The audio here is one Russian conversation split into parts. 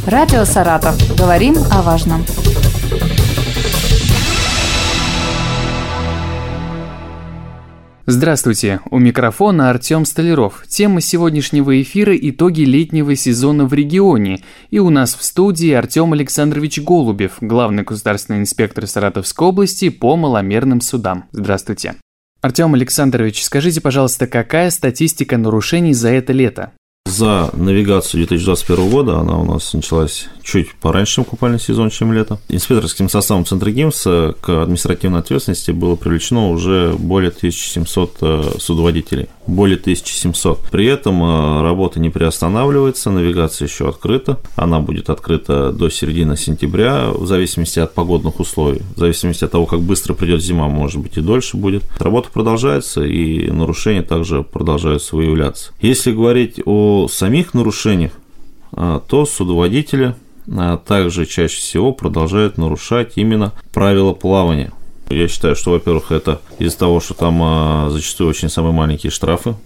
Радио «Саратов». Говорим о важном. Здравствуйте, у микрофона Артем Столяров. Тема сегодняшнего эфира – итоги летнего сезона в регионе. И у нас в студии Артем Александрович Голубев, главный государственный инспектор Саратовской области по маломерным судам. Здравствуйте. Артем Александрович, скажите, пожалуйста, какая статистика нарушений за это лето? За навигацию 2021 года, она у нас началась чуть пораньше, чем купальный сезон, чем лето. Инспекторским составом Центра ГИМСа к административной ответственности было привлечено уже более 1700 судоводителей. Более 1700. При этом работа не приостанавливается, навигация еще открыта. Она будет открыта до середины сентября, в зависимости от погодных условий. В зависимости от того, как быстро придет зима, может быть, и дольше будет. Работа продолжается, и нарушения также продолжают выявляться. Если говорить о самих нарушениях, то судоводители также чаще всего продолжают нарушать именно правила плавания. Я считаю, что, во-первых, это из-за того, что там зачастую очень самые маленькие штрафы,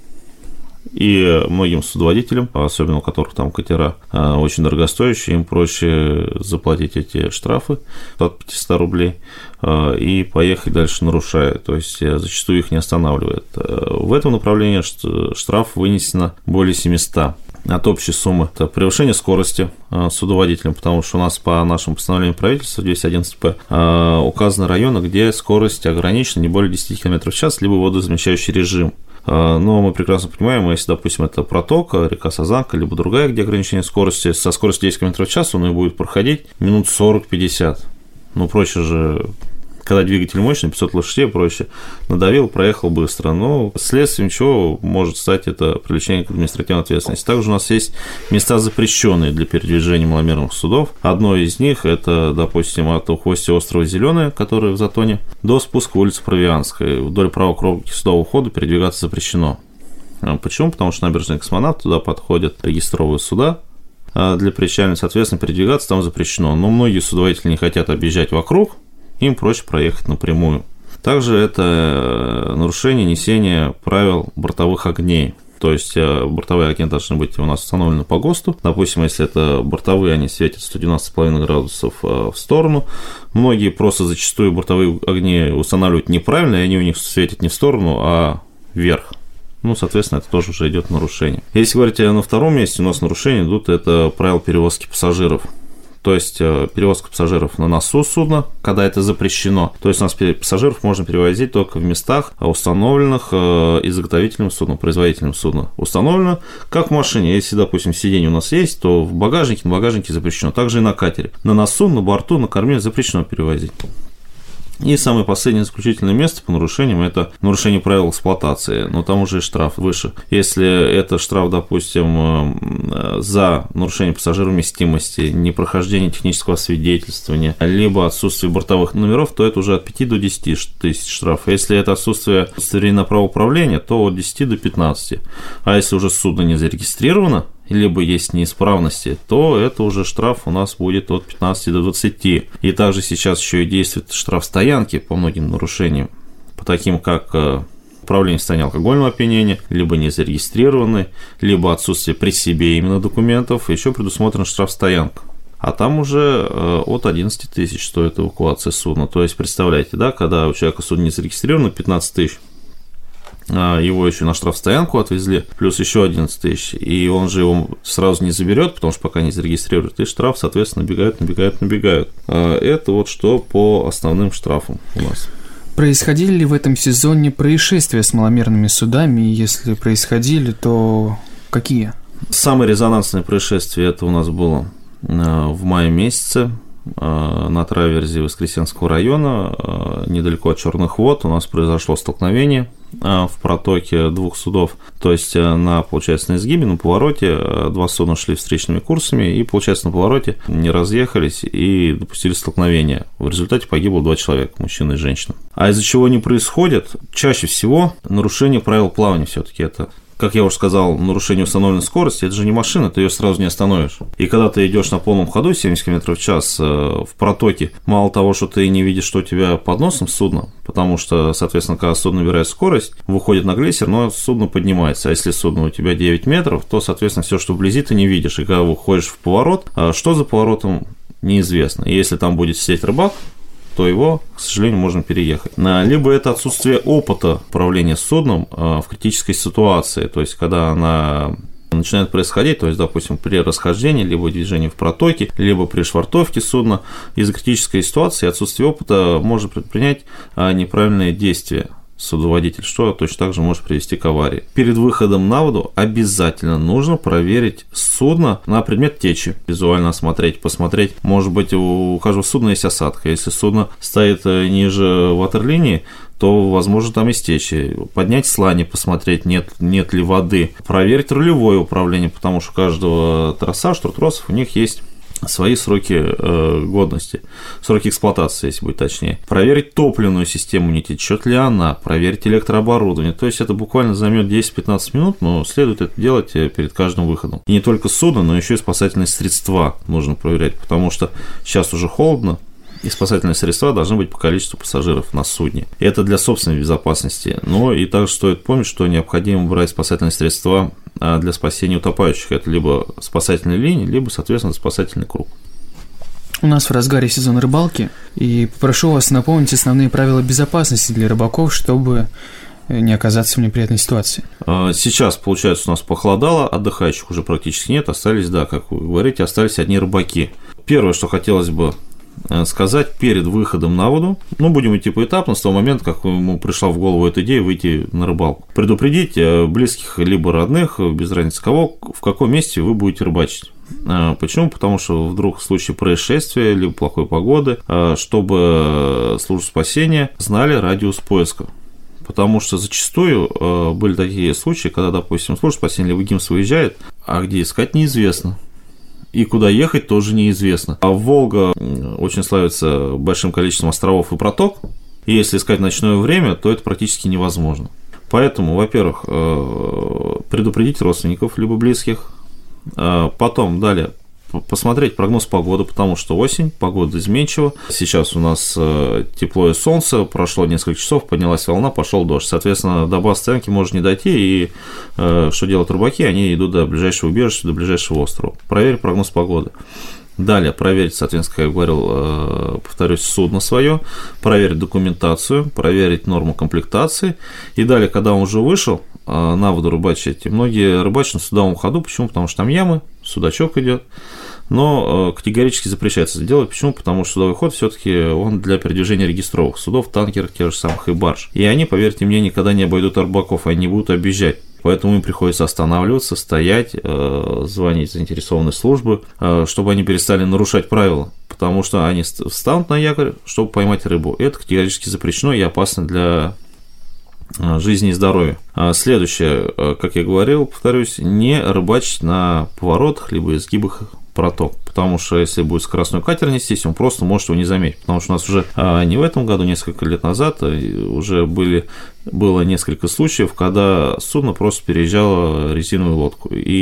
и многим судоводителям, особенно у которых там катера очень дорогостоящие, им проще заплатить эти штрафы от 500 рублей и поехать дальше нарушая, то есть зачастую их не останавливает. В этом направлении штраф вынесено более 700. От общей суммы. Это превышение скорости судоводителем, потому что у нас по нашему постановлению правительства 211-П указаны районы, где скорость ограничена не более 10 км в час, либо водозамещающий режим. Но мы прекрасно понимаем, если, допустим, это протока, река Сазанка, либо другая, где ограничение скорости, со скоростью 10 км в час он и будет проходить минут 40-50. Ну, проще же, когда двигатель мощный, 500 лошадей, проще. Надавил, проехал быстро. Но следствием чего может стать это привлечение к административной ответственности. Также у нас есть места, запрещенные для передвижения маломерных судов. Одно из них – это, допустим, от устья острова Зеленое, который в Затоне, до спуска улицы Провианской. Вдоль правой кромки судового хода передвигаться запрещено. Почему? Потому что набережная Космонавт, туда подходят регистровые суда для причальной, соответственно, передвигаться там запрещено. Но многие судоводители не хотят объезжать вокруг, им проще проехать напрямую. Также это нарушение несения правил бортовых огней. То есть бортовые огни должны быть у нас установлены по ГОСТу. Допустим, если это бортовые, они светят 112,5 градусов в сторону. Многие просто зачастую бортовые огни устанавливают неправильно, и они у них светят не в сторону, а вверх. Ну, соответственно, это тоже уже идет нарушение. Если говорить на втором месте, у нас нарушения идут, это правила перевозки пассажиров. То есть перевозка пассажиров на носу судна, когда это запрещено. То есть у нас пассажиров можно перевозить только в местах, установленных изготовителем судна, производителем судна. Установлено, как в машине. Если, допустим, сиденье у нас есть, то в багажнике, на багажнике запрещено. Также и на катере. На носу, на борту, на корме запрещено перевозить. И самое последнее заключительное место по нарушениям – это нарушение правил эксплуатации, но там уже штраф выше. Если это штраф, допустим, за нарушение пассажировместимости, непрохождение технического освидетельствования, либо отсутствие бортовых номеров, то это уже от 5 до 10 тысяч штрафов. Если это отсутствие удостоверения на право управления, то от 10 до 15. А если уже судно не зарегистрировано, либо есть неисправности, то это уже штраф у нас будет от 15 до 20. И также сейчас еще и действует штраф стоянки по многим нарушениям, по таким как управление в состоянии алкогольного опьянения, либо не зарегистрированный, либо отсутствие при себе именно документов, еще предусмотрен штраф стоянка. А там уже от 11 тысяч стоит эвакуация судна. То есть, представляете, да, когда у человека судно не зарегистрировано, 15 тысяч, его еще на штрафстоянку отвезли, плюс еще 11 тысяч, и он же его сразу не заберет, потому что пока не зарегистрирует, и штраф, соответственно, набегают. Это вот что по основным штрафам у нас. Происходили ли в этом сезоне происшествия с маломерными судами? Если происходили, то какие? Самое резонансное происшествие это у нас было в мае месяце. На траверзе Воскресенского района, недалеко от Черных вод, у нас произошло столкновение в протоке двух судов. То есть, получается, на изгибе, на повороте два судна шли встречными курсами, и, получается, на повороте не разъехались и допустили столкновение. В результате погибло 2 человека, мужчина и женщина. А из-за чего они происходят? Чаще всего нарушение правил плавания все-таки это. как я уже сказал, нарушение установленной скорости, это же не машина, ты ее сразу не остановишь. И когда ты идешь на полном ходу 70 км в час в протоке, мало того, что ты не видишь, что у тебя под носом судно, потому что, соответственно, когда судно набирает скорость, выходит на глиссер, но судно поднимается. А если судно у тебя 9 метров, то, соответственно, все, что вблизи, ты не видишь. И когда выходишь в поворот, что за поворотом, неизвестно. И если там будет сидеть рыбак, то его, к сожалению, можно переехать. Либо это отсутствие опыта управления судном в критической ситуации, то есть когда она начинает происходить, то есть, допустим, при расхождении, либо движении в протоке, либо при швартовке судна, из-за критической ситуации отсутствие опыта может предпринять неправильные действия судоводитель, что точно так же может привести к аварии. Перед выходом на воду обязательно нужно проверить судно на предмет течи, визуально осмотреть, посмотреть, может быть, у каждого судна есть осадка. Если судно стоит ниже ватерлинии, то, возможно, там есть течи. Поднять слани, посмотреть, нет ли воды. Проверить рулевое управление, потому что у каждого троса, штуртросов, у них есть свои сроки годности, сроки эксплуатации, если быть точнее. Проверить топливную систему, не течет ли она, проверить электрооборудование. То есть это буквально займет 10-15 минут, но следует это делать перед каждым выходом. И не только судно, но еще и спасательные средства нужно проверять, потому что сейчас уже холодно, и спасательные средства должны быть по количеству пассажиров на судне. И это для собственной безопасности. Но и также стоит помнить, что необходимо брать спасательные средства для спасения утопающих. Это либо спасательные линии, либо, соответственно, спасательный круг. У нас в разгаре сезона рыбалки, и попрошу вас напомнить основные правила безопасности для рыбаков, чтобы не оказаться в неприятной ситуации. Сейчас, получается, у нас похолодало, отдыхающих уже практически нет, остались, да, как вы говорите, остались одни рыбаки. Первое, что хотелось бы сказать перед выходом на воду, будем идти поэтапно, с того момента, как ему пришла в голову эта идея выйти на рыбалку. Предупредить близких либо родных, без разницы кого, в каком месте вы будете рыбачить. Почему? Потому что вдруг в случае происшествия либо плохой погоды, чтобы службы спасения знали радиус поиска. Потому что зачастую были такие случаи, когда, допустим, служба спасения либо ГИМС выезжает, а где искать неизвестно. И куда ехать тоже неизвестно. А Волга очень славится большим количеством островов и проток. И если искать в ночное время, то это практически невозможно. Поэтому, во-первых, предупредить родственников либо близких. Потом, далее, посмотреть прогноз погоды, потому что осень, погода изменчива. Сейчас у нас тепло и солнце, прошло несколько часов, поднялась волна, пошел дождь. Соответственно, до баз стоянки может не дойти, и что делают рыбаки? Они идут до ближайшего убежища, до ближайшего острова. Проверить прогноз погоды. Далее проверить, соответственно, как я говорил, повторюсь, судно свое, проверить документацию, проверить норму комплектации. И далее, когда он уже вышел на воду рыбачить, многие рыбачат на судовом ходу. Почему? Потому что там ямы, судачок идет. Но категорически запрещается делать. Почему? Потому что судовой ход все-таки он для передвижения регистровых судов, танкеров, тех же самых и барж. И они, поверьте мне, никогда не обойдут рыбаков, они будут объезжать. Поэтому им приходится останавливаться, стоять, звонить в заинтересованные службы, чтобы они перестали нарушать правила. Потому что они встанут на якорь, чтобы поймать рыбу. Это категорически запрещено и опасно для жизни и здоровья. Следующее, как я говорил, повторюсь, не рыбачить на поворотах либо изгибах проток, потому что если будет скоростной катер нестись, он просто может его не заметить, потому что у нас уже не в этом году, несколько лет назад уже было несколько случаев, когда судно просто переезжало резиновую лодку, и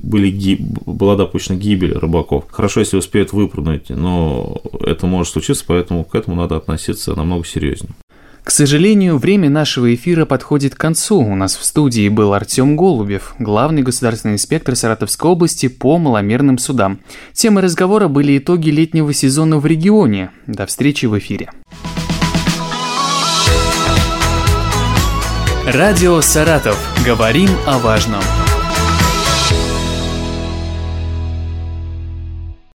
была допущена гибель рыбаков. Хорошо, если успеют выпрыгнуть, но это может случиться, поэтому к этому надо относиться намного серьезнее. К сожалению, время нашего эфира подходит к концу. У нас в студии был Артем Голубев, главный государственный инспектор Саратовской области по маломерным судам. Темой разговора были итоги летнего сезона в регионе. До встречи в эфире. Радио «Саратов». Говорим о важном.